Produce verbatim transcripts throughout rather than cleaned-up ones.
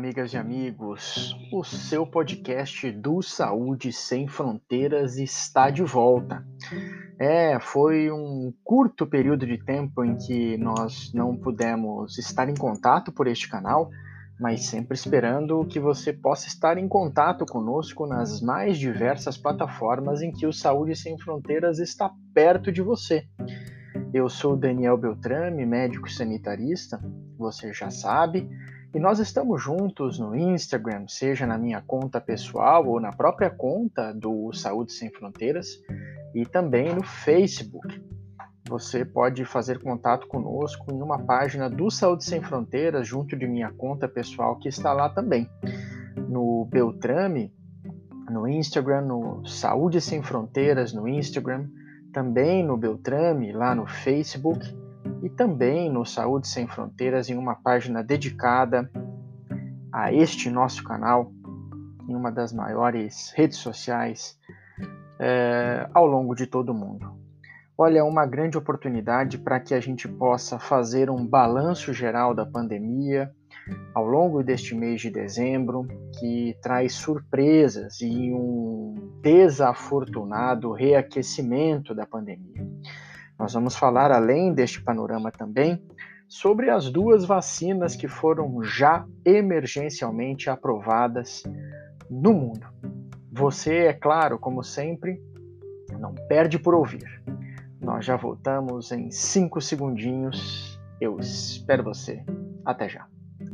amigas e amigos. O seu podcast do Saúde Sem Fronteiras está de volta. É, foi um curto período de tempo em que nós não pudemos estar em contato por este canal, mas sempre esperando que você possa estar em contato conosco nas mais diversas plataformas em que o Saúde Sem Fronteiras está perto de você. Eu sou Daniel Beltrame, médico sanitarista, você já sabe, e nós estamos juntos no Instagram, seja na minha conta pessoal ou na própria conta do Saúde Sem Fronteiras, e também no Facebook. Você pode fazer contato conosco em uma página do Saúde Sem Fronteiras, junto de minha conta pessoal, que está lá também. No Beltrame, no Instagram, no Saúde Sem Fronteiras, no Instagram, também no Beltrame, lá no Facebook, e também no Saúde Sem Fronteiras, em uma página dedicada a este nosso canal, em uma das maiores redes sociais é, ao longo de todo o mundo. Olha, é uma grande oportunidade para que a gente possa fazer um balanço geral da pandemia ao longo deste mês de dezembro, que traz surpresas e um desafortunado reaquecimento da pandemia. Nós vamos falar, além deste panorama também, sobre as duas vacinas que foram já emergencialmente aprovadas no mundo. Você, é claro, como sempre, não perde por ouvir. Nós já voltamos em cinco segundinhos. Eu espero você. Até já.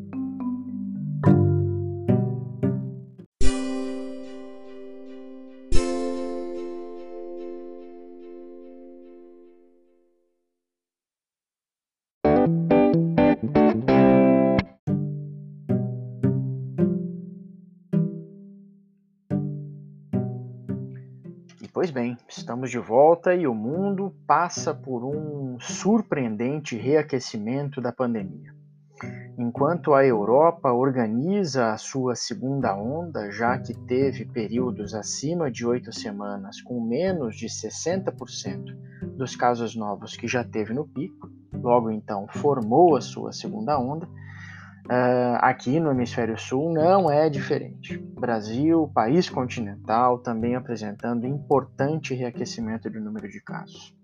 Pois bem, estamos de volta e o mundo passa por um surpreendente reaquecimento da pandemia. Enquanto a Europa organiza a sua segunda onda, já que teve períodos acima de oito semanas com menos de sessenta por cento dos casos novos que já teve no pico, logo então formou a sua segunda onda, Uh, aqui no Hemisfério Sul não é diferente. Brasil, país continental, também apresentando importante reaquecimento do número de casos.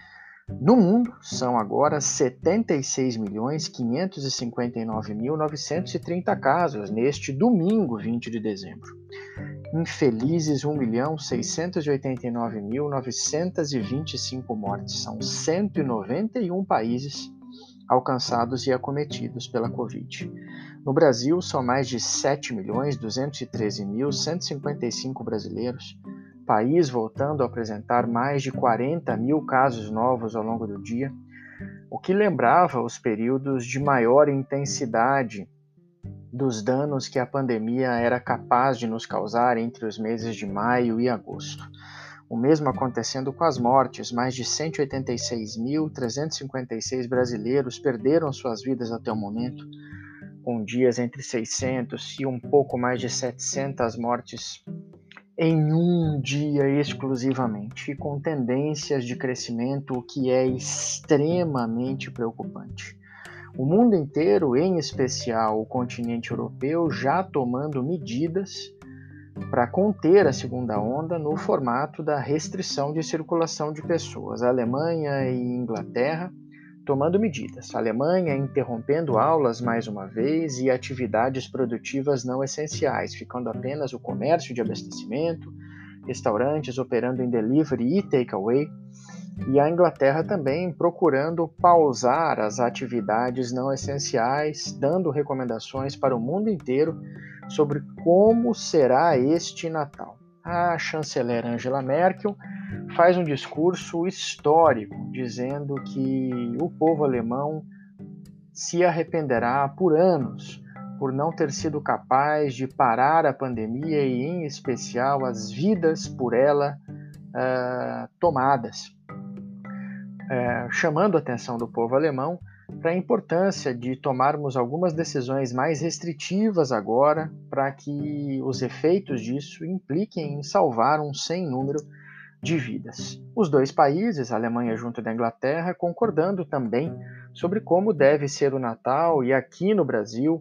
No mundo, são agora setenta e seis milhões quinhentos e cinquenta e nove mil novecentos e trinta casos neste domingo, vinte de dezembro. Infelizes um milhão seiscentos e oitenta e nove mil novecentos e vinte e cinco mortes. São cento e noventa e um países alcançados e acometidos pela Covid. No Brasil, são mais de sete milhões duzentos e treze mil cento e cinquenta e cinco brasileiros, país voltando a apresentar mais de quarenta mil casos novos ao longo do dia, o que lembrava os períodos de maior intensidade dos danos que a pandemia era capaz de nos causar entre os meses de maio e agosto. O mesmo acontecendo com as mortes, mais de cento e oitenta e seis mil trezentos e cinquenta e seis brasileiros perderam suas vidas até o momento, com dias entre seiscentos e um pouco mais de setecentas mortes em um dia exclusivamente, e com tendências de crescimento, o que é extremamente preocupante. O mundo inteiro, em especial o continente europeu, já tomando medidas para conter a segunda onda no formato da restrição de circulação de pessoas. A Alemanha e Inglaterra tomando medidas. A Alemanha interrompendo aulas mais uma vez e atividades produtivas não essenciais, ficando apenas o comércio de abastecimento, restaurantes operando em delivery e takeaway, e a Inglaterra também procurando pausar as atividades não essenciais, dando recomendações para o mundo inteiro sobre como será este Natal. A chanceler Angela Merkel faz um discurso histórico, dizendo que o povo alemão se arrependerá por anos por não ter sido capaz de parar a pandemia e, em especial, as vidas por ela uh, tomadas. Uh, chamando a atenção do povo alemão para a importância de tomarmos algumas decisões mais restritivas agora, para que os efeitos disso impliquem em salvar um sem número de vidas. Os dois países, a Alemanha junto da Inglaterra, concordando também sobre como deve ser o Natal, e aqui no Brasil,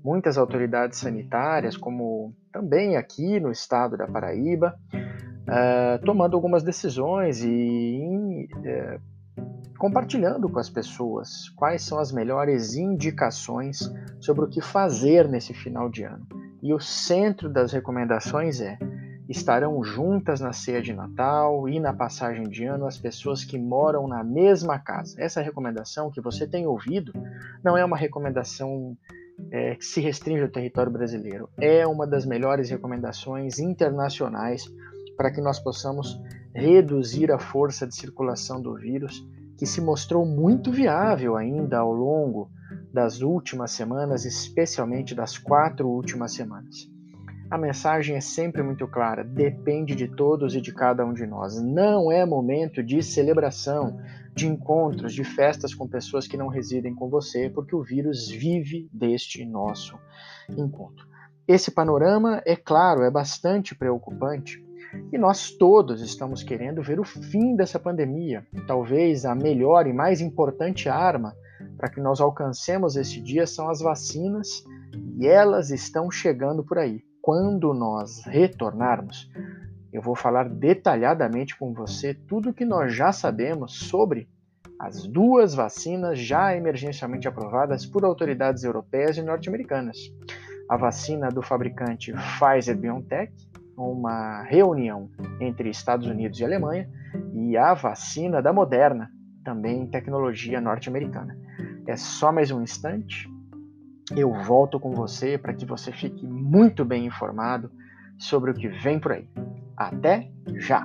muitas autoridades sanitárias, como também aqui no estado da Paraíba, uh, tomando algumas decisões e uh, compartilhando com as pessoas quais são as melhores indicações sobre o que fazer nesse final de ano. E o centro das recomendações é: estarão juntas na ceia de Natal e na passagem de ano as pessoas que moram na mesma casa. Essa recomendação que você tem ouvido não é uma recomendação é, que se restringe ao território brasileiro. É uma das melhores recomendações internacionais para que nós possamos reduzir a força de circulação do vírus, que se mostrou muito viável ainda ao longo das últimas semanas, especialmente das quatro últimas semanas. A mensagem é sempre muito clara: depende de todos e de cada um de nós. Não é momento de celebração, de encontros, de festas com pessoas que não residem com você, porque o vírus vive deste nosso encontro. Esse panorama, é claro, é bastante preocupante e nós todos estamos querendo ver o fim dessa pandemia. Talvez a melhor e mais importante arma para que nós alcancemos esse dia são as vacinas, e elas estão chegando por aí. Quando nós retornarmos, eu vou falar detalhadamente com você tudo o que nós já sabemos sobre as duas vacinas já emergencialmente aprovadas por autoridades europeias e norte-americanas. A vacina do fabricante Pfizer-BioNTech, uma reunião entre Estados Unidos e Alemanha, e a vacina da Moderna, também tecnologia norte-americana. É só mais um instante. Eu volto com você para que você fique muito bem informado sobre o que vem por aí. Até já!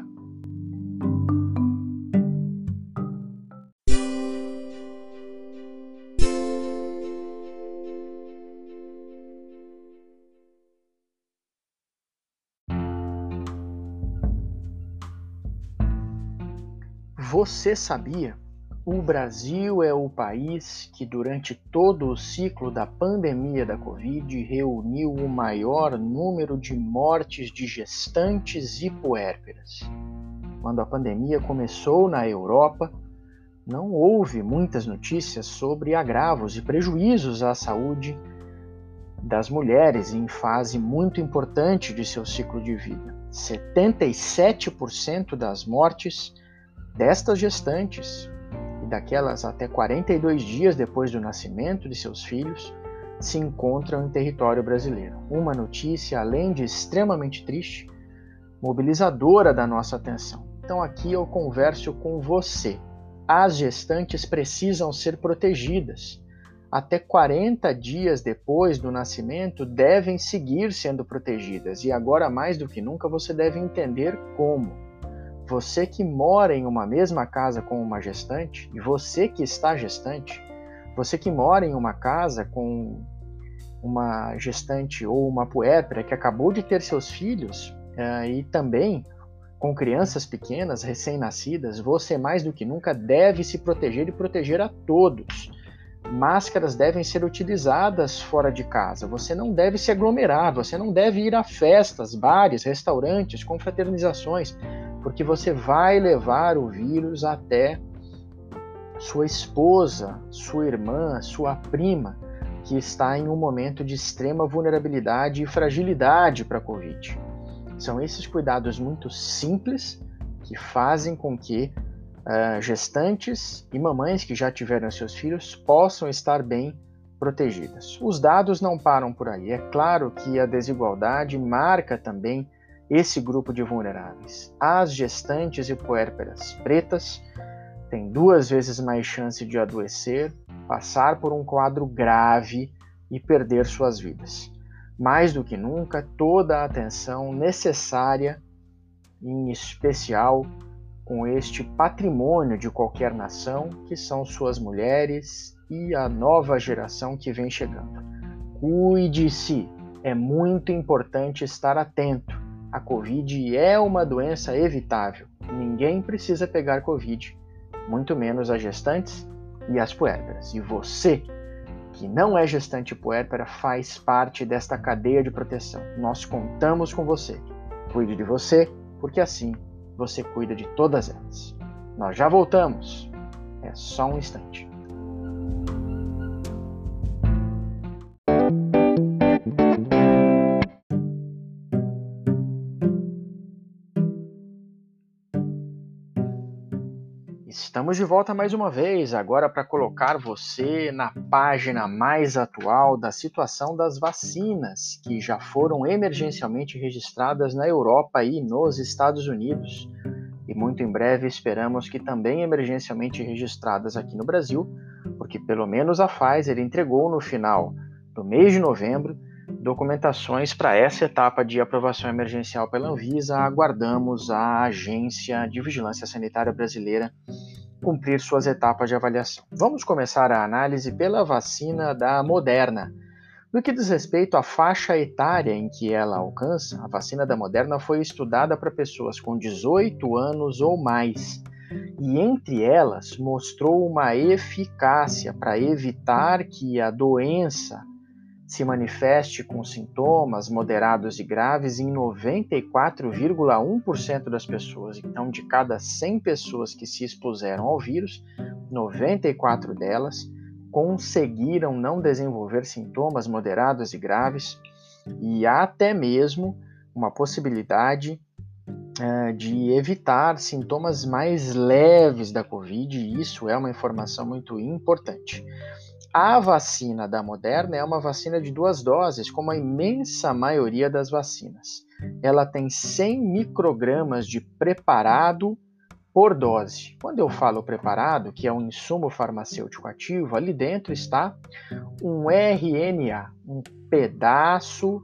Você sabia? O Brasil é o país que, durante todo o ciclo da pandemia da Covid, reuniu o maior número de mortes de gestantes e puérperas. Quando a pandemia começou na Europa, não houve muitas notícias sobre agravos e prejuízos à saúde das mulheres em fase muito importante de seu ciclo de vida. setenta e sete por cento das mortes destas gestantes, daquelas até quarenta e dois dias depois do nascimento de seus filhos, se encontram em território brasileiro. Uma notícia, além de extremamente triste, mobilizadora da nossa atenção. Então aqui eu converso com você. As gestantes precisam ser protegidas. Até quarenta dias depois do nascimento devem seguir sendo protegidas. E agora, mais do que nunca, você deve entender como. Você que mora em uma mesma casa com uma gestante, e você que está gestante, você que mora em uma casa com uma gestante ou uma puérpera que acabou de ter seus filhos, uh, e também com crianças pequenas, recém-nascidas, você mais do que nunca deve se proteger e proteger a todos. Máscaras devem ser utilizadas fora de casa, você não deve se aglomerar, você não deve ir a festas, bares, restaurantes, confraternizações, porque você vai levar o vírus até sua esposa, sua irmã, sua prima, que está em um momento de extrema vulnerabilidade e fragilidade para a Covid. São esses cuidados muito simples que fazem com que uh, gestantes e mamães que já tiveram seus filhos possam estar bem protegidas. Os dados não param por aí. É claro que a desigualdade marca também esse grupo de vulneráveis. As gestantes e puérperas pretas têm duas vezes mais chance de adoecer, passar por um quadro grave e perder suas vidas. Mais do que nunca, toda a atenção necessária, em especial com este patrimônio de qualquer nação, que são suas mulheres e a nova geração que vem chegando. Cuide-se, é muito importante estar atento. A Covid é uma doença evitável. Ninguém precisa pegar Covid, muito menos as gestantes e as puérperas. E você, que não é gestante e puérpera, faz parte desta cadeia de proteção. Nós contamos com você. Cuide de você, porque assim você cuida de todas elas. Nós já voltamos. É só um instante. Estamos de volta mais uma vez, agora para colocar você na página mais atual da situação das vacinas que já foram emergencialmente registradas na Europa e nos Estados Unidos. E muito em breve esperamos que também emergencialmente registradas aqui no Brasil, porque pelo menos a Pfizer entregou no final do mês de novembro documentações para essa etapa de aprovação emergencial pela Anvisa. Aguardamos a Agência de Vigilância Sanitária Brasileira cumprir suas etapas de avaliação. Vamos começar a análise pela vacina da Moderna. No que diz respeito à faixa etária em que ela alcança, a vacina da Moderna foi estudada para pessoas com dezoito anos ou mais, e entre elas mostrou uma eficácia para evitar que a doença se manifeste com sintomas moderados e graves em noventa e quatro vírgula um por cento das pessoas. Então, de cada cem pessoas que se expuseram ao vírus, noventa e quatro delas conseguiram não desenvolver sintomas moderados e graves, e há até mesmo uma possibilidade uh, de evitar sintomas mais leves da Covid, e isso é uma informação muito importante. A vacina da Moderna é uma vacina de duas doses, como a imensa maioria das vacinas. Ela tem cem microgramas de preparado por dose. Quando eu falo preparado, que é um insumo farmacêutico ativo, ali dentro está um R N A, um pedaço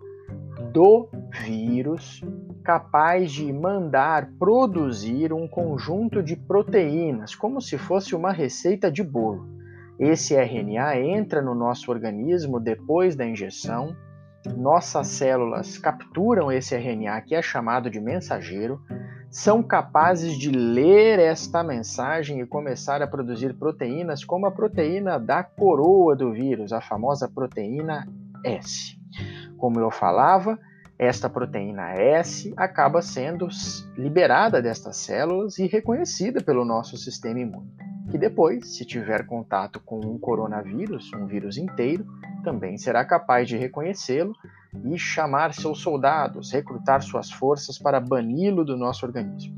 do vírus capaz de mandar produzir um conjunto de proteínas, como se fosse uma receita de bolo. Esse R N A entra no nosso organismo depois da injeção, nossas células capturam esse R N A, que é chamado de mensageiro, são capazes de ler esta mensagem e começar a produzir proteínas, como a proteína da coroa do vírus, a famosa proteína S. Como eu falava, esta proteína S acaba sendo liberada destas células e reconhecida pelo nosso sistema imune, que depois, se tiver contato com um coronavírus, um vírus inteiro, também será capaz de reconhecê-lo e chamar seus soldados, recrutar suas forças para bani-lo do nosso organismo.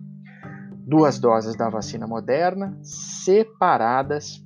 Duas doses da vacina Moderna, separadas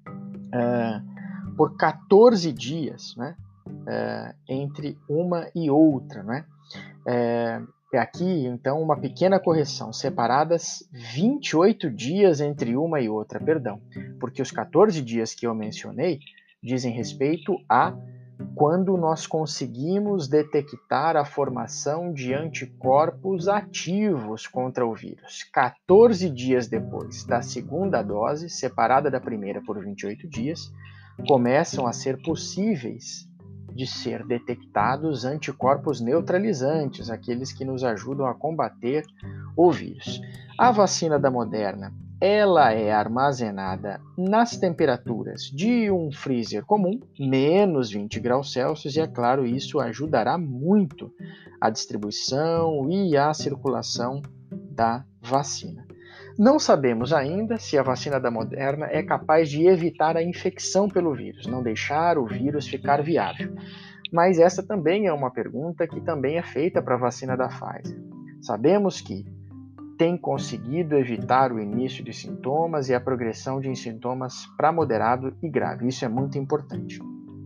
uh, por quatorze dias, né, uh, entre uma e outra, né? Uh, Aqui, então, uma pequena correção, separadas vinte e oito dias entre uma e outra, perdão, porque os quatorze dias que eu mencionei dizem respeito a quando nós conseguimos detectar a formação de anticorpos ativos contra o vírus. quatorze dias depois da segunda dose, separada da primeira por vinte e oito dias, começam a ser possíveis de ser detectados anticorpos neutralizantes, aqueles que nos ajudam a combater o vírus. A vacina da Moderna, ela é armazenada nas temperaturas de um freezer comum, menos vinte graus Celsius, e é claro, isso ajudará muito a distribuição e a circulação da vacina. Não sabemos ainda se a vacina da Moderna é capaz de evitar a infecção pelo vírus, não deixar o vírus ficar viável. Mas essa também é uma pergunta que também é feita para a vacina da Pfizer. Sabemos que tem conseguido evitar o início de sintomas e a progressão de sintomas para moderado e grave. Isso é muito importante.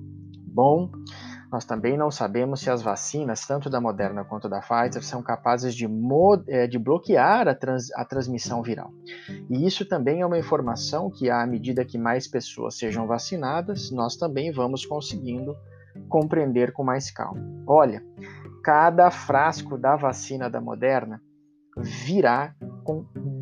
Bom, nós também não sabemos se as vacinas, tanto da Moderna quanto da Pfizer, são capazes de, de bloquear a, trans, a transmissão viral. E isso também é uma informação que, à medida que mais pessoas sejam vacinadas, nós também vamos conseguindo compreender com mais calma. Olha, cada frasco da vacina da Moderna virá com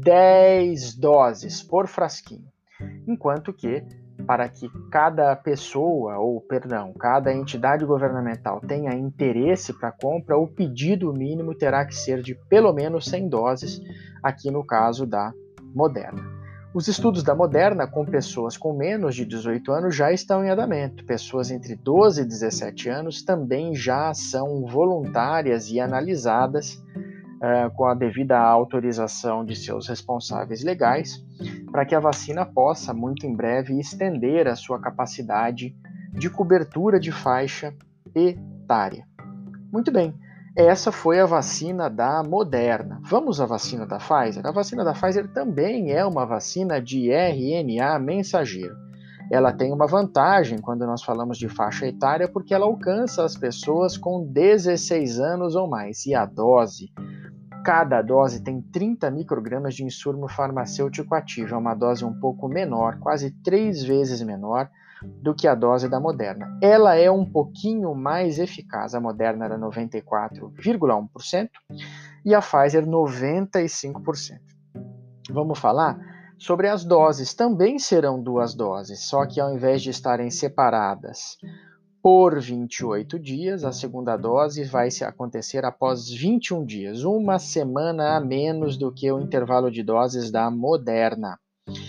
dez doses por frasquinho, enquanto que, para que cada pessoa, ou perdão, cada entidade governamental tenha interesse para a compra, o pedido mínimo terá que ser de pelo menos cem doses, aqui no caso da Moderna. Os estudos da Moderna com pessoas com menos de dezoito anos já estão em andamento. Pessoas entre doze e dezessete anos também já são voluntárias e analisadas Uh, com a devida autorização de seus responsáveis legais, para que a vacina possa, muito em breve, estender a sua capacidade de cobertura de faixa etária. Muito bem, Essa foi a vacina da Moderna. Vamos à vacina da Pfizer? A vacina da Pfizer também é uma vacina de R N A mensageiro. Ela tem uma vantagem quando nós falamos de faixa etária, porque ela alcança as pessoas com dezesseis anos ou mais. E a dose, cada dose tem trinta microgramas de insumo farmacêutico ativo. É uma dose um pouco menor, quase três vezes menor do que a dose da Moderna. Ela é um pouquinho mais eficaz. A Moderna era noventa e quatro vírgula um por cento e a Pfizer noventa e cinco por cento. Vamos falar sobre as doses. Também serão duas doses, só que ao invés de estarem separadas por vinte e oito dias, a segunda dose vai acontecer após vinte e um dias, uma semana a menos do que o intervalo de doses da Moderna.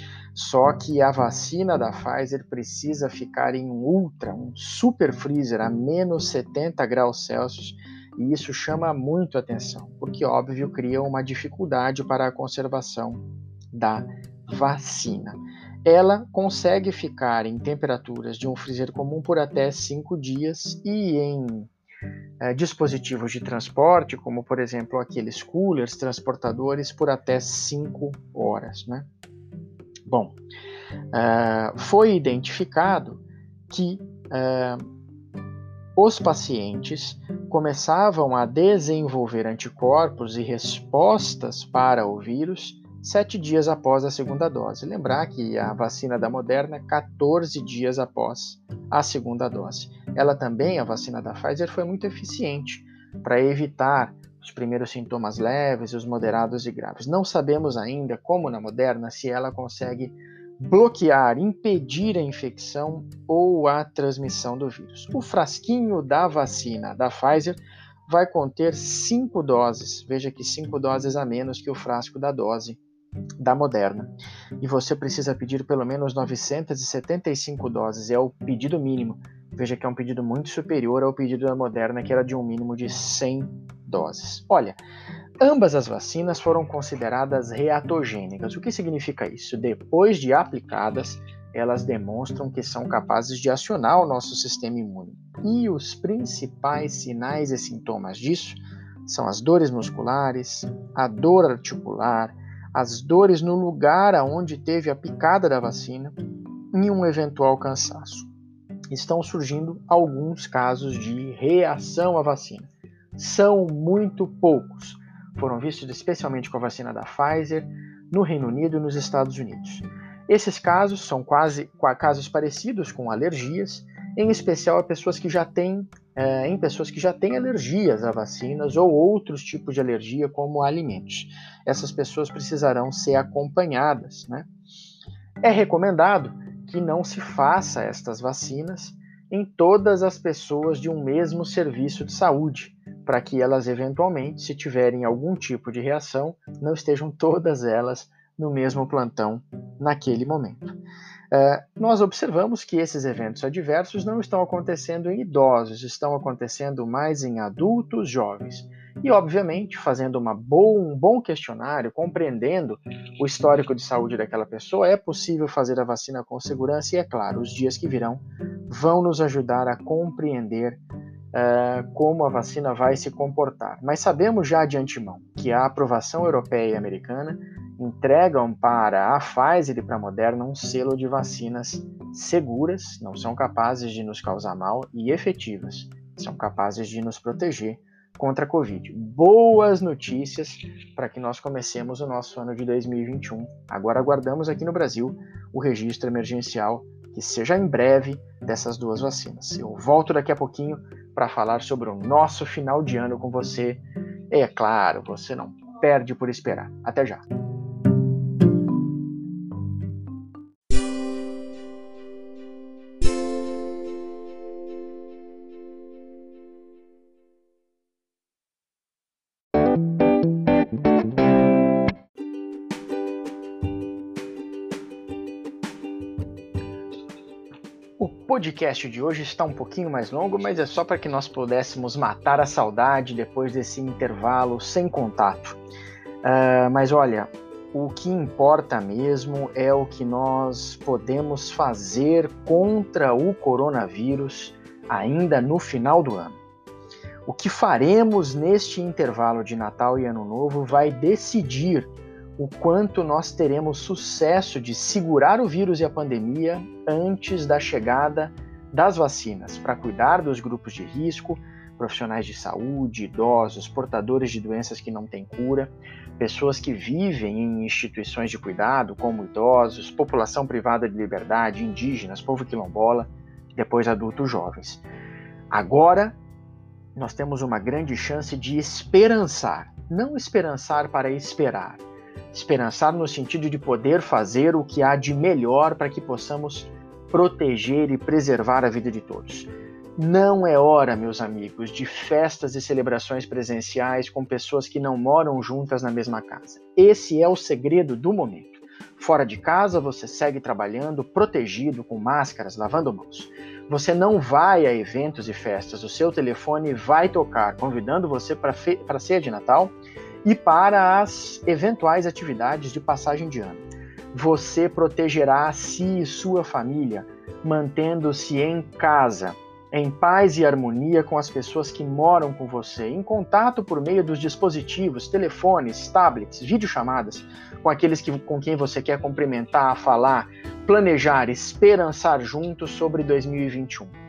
Só que a vacina da Pfizer precisa ficar em um ultra, um super freezer a menos setenta graus Celsius, e isso chama muito atenção, porque óbvio cria uma dificuldade para a conservação da vacina. Ela consegue ficar em temperaturas de um freezer comum por até cinco dias e em é, dispositivos de transporte, como por exemplo aqueles coolers, transportadores, por até cinco horas, né? Bom, uh, foi identificado que uh, os pacientes começavam a desenvolver anticorpos e respostas para o vírus sete dias após a segunda dose. Lembrar que a vacina da Moderna, quatorze dias após a segunda dose. Ela também, a vacina da Pfizer, foi muito eficiente para evitar os primeiros sintomas leves, os moderados e graves. Não sabemos ainda, como na Moderna, se ela consegue bloquear, impedir a infecção ou a transmissão do vírus. O frasquinho da vacina da Pfizer vai conter cinco doses. Veja que cinco doses a menos que o frasco da dose da Moderna. E você precisa pedir pelo menos novecentas e setenta e cinco doses, é o pedido mínimo. Veja que é um pedido muito superior ao pedido da Moderna, que era de um mínimo de cem doses. Olha, ambas as vacinas foram consideradas reatogênicas. O que significa isso? Depois de aplicadas, elas demonstram que são capazes de acionar o nosso sistema imune. E os principais sinais e sintomas disso são as dores musculares, a dor articular, as dores no lugar onde teve a picada da vacina e um eventual cansaço. Estão surgindo alguns casos de reação à vacina. São muito poucos. Foram vistos especialmente com a vacina da Pfizer, no Reino Unido e nos Estados Unidos. Esses casos são quase casos parecidos com alergias, em especial a pessoas que já têm, é, em pessoas que já têm alergias a vacinas ou outros tipos de alergia, como a alimentos. Essas pessoas precisarão ser acompanhadas, né? É recomendado que não se faça estas vacinas em todas as pessoas de um mesmo serviço de saúde, para que elas eventualmente, se tiverem algum tipo de reação, não estejam todas elas no mesmo plantão naquele momento. Uh, nós observamos que esses eventos adversos não estão acontecendo em idosos, estão acontecendo mais em adultos jovens. E, obviamente, fazendo uma boa, um bom questionário, compreendendo o histórico de saúde daquela pessoa, é possível fazer a vacina com segurança e, é claro, os dias que virão vão nos ajudar a compreender uh, como a vacina vai se comportar. Mas sabemos já de antemão que a aprovação europeia e americana entregam para a Pfizer e para a Moderna um selo de vacinas seguras, não são capazes de nos causar mal e efetivas, são capazes de nos proteger contra a Covid. Boas notícias para que nós comecemos o nosso ano de dois mil e vinte e um. Agora aguardamos aqui no Brasil o registro emergencial, que seja em breve, dessas duas vacinas. Eu volto daqui a pouquinho para falar sobre o nosso final de ano com você. É claro, você não perde por esperar. Até já! O podcast de hoje está um pouquinho mais longo, mas é só para que nós pudéssemos matar a saudade depois desse intervalo sem contato. Uh, mas olha, o que importa mesmo é o que nós podemos fazer contra o coronavírus ainda no final do ano. O que faremos neste intervalo de Natal e Ano Novo vai decidir o quanto nós teremos sucesso de segurar o vírus e a pandemia antes da chegada das vacinas, para cuidar dos grupos de risco, profissionais de saúde, idosos, portadores de doenças que não têm cura, pessoas que vivem em instituições de cuidado, como idosos, população privada de liberdade, indígenas, povo quilombola, depois adultos jovens. Agora, nós temos uma grande chance de esperançar, não esperançar para esperar, esperançar no sentido de poder fazer o que há de melhor para que possamos proteger e preservar a vida de todos. Não é hora, meus amigos, de festas e celebrações presenciais com pessoas que não moram juntas na mesma casa. Esse é o segredo do momento. Fora de casa, você segue trabalhando, protegido, com máscaras, lavando mãos. Você não vai a eventos e festas, o seu telefone vai tocar, convidando você para a ceia de Natal e para as eventuais atividades de passagem de ano. Você protegerá a si e sua família, mantendo-se em casa, em paz e harmonia com as pessoas que moram com você, em contato por meio dos dispositivos, telefones, tablets, videochamadas, com aqueles que, com quem você quer cumprimentar, falar, planejar, esperançar juntos sobre dois mil e vinte e um.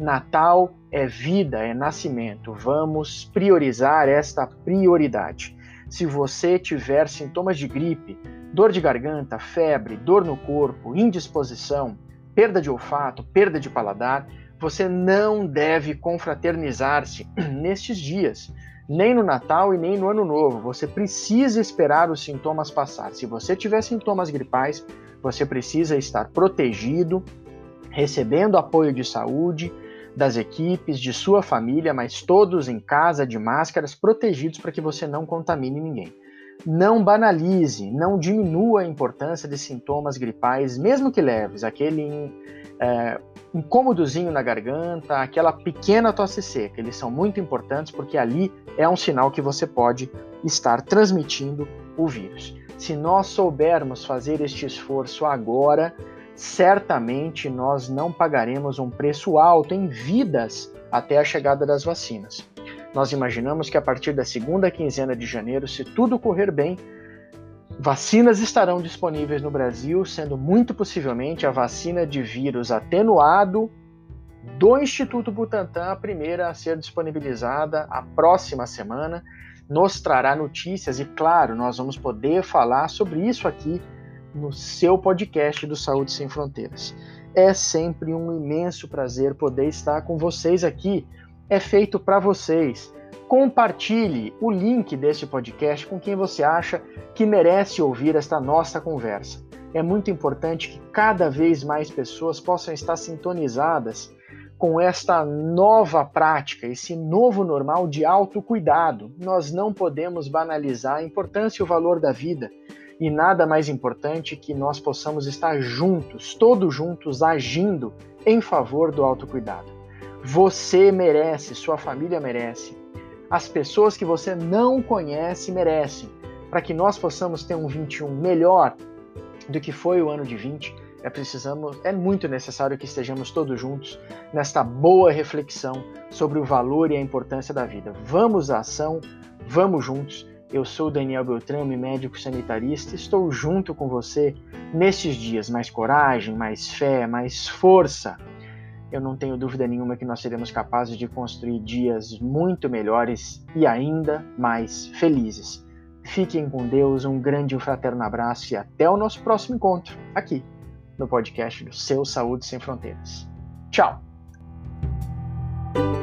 Natal é vida, é nascimento. Vamos priorizar esta prioridade. Se você tiver sintomas de gripe, dor de garganta, febre, dor no corpo, indisposição, perda de olfato, perda de paladar, você não deve confraternizar-se nestes dias, nem no Natal e nem no Ano Novo. Você precisa esperar os sintomas passar. Se você tiver sintomas gripais, você precisa estar protegido, recebendo apoio de saúde das equipes, de sua família, mas todos em casa, de máscaras, protegidos para que você não contamine ninguém. Não banalize, não diminua a importância de sintomas gripais, mesmo que leves, aquele é, incômodozinho na garganta, aquela pequena tosse seca. Eles são muito importantes porque ali é um sinal que você pode estar transmitindo o vírus. Se nós soubermos fazer este esforço agora, certamente nós não pagaremos um preço alto em vidas até a chegada das vacinas. Nós imaginamos que a partir da segunda quinzena de janeiro, se tudo correr bem, vacinas estarão disponíveis no Brasil, sendo muito possivelmente a vacina de vírus atenuado do Instituto Butantan, a primeira a ser disponibilizada a próxima semana, nos trará notícias e, claro, nós vamos poder falar sobre isso aqui no seu podcast do Saúde Sem Fronteiras. É sempre um imenso prazer poder estar com vocês aqui. É feito para vocês. Compartilhe o link deste podcast com quem você acha que merece ouvir esta nossa conversa. É muito importante que cada vez mais pessoas possam estar sintonizadas com esta nova prática, esse novo normal de autocuidado. Nós não podemos banalizar a importância e o valor da vida. E nada mais importante que nós possamos estar juntos, todos juntos, agindo em favor do autocuidado. Você merece, sua família merece, as pessoas que você não conhece merecem, para que nós possamos ter um vinte e um melhor do que foi o ano de vinte, é, precisamos, é muito necessário que estejamos todos juntos nesta boa reflexão sobre o valor e a importância da vida. Vamos à ação, vamos juntos. Eu sou Daniel Beltrame, médico sanitarista, estou junto com você nestes dias. Mais coragem, mais fé, mais força. Eu não tenho dúvida nenhuma que nós seremos capazes de construir dias muito melhores e ainda mais felizes. Fiquem com Deus, um grande e fraterno abraço e até o nosso próximo encontro, aqui no podcast do seu Saúde Sem Fronteiras. Tchau!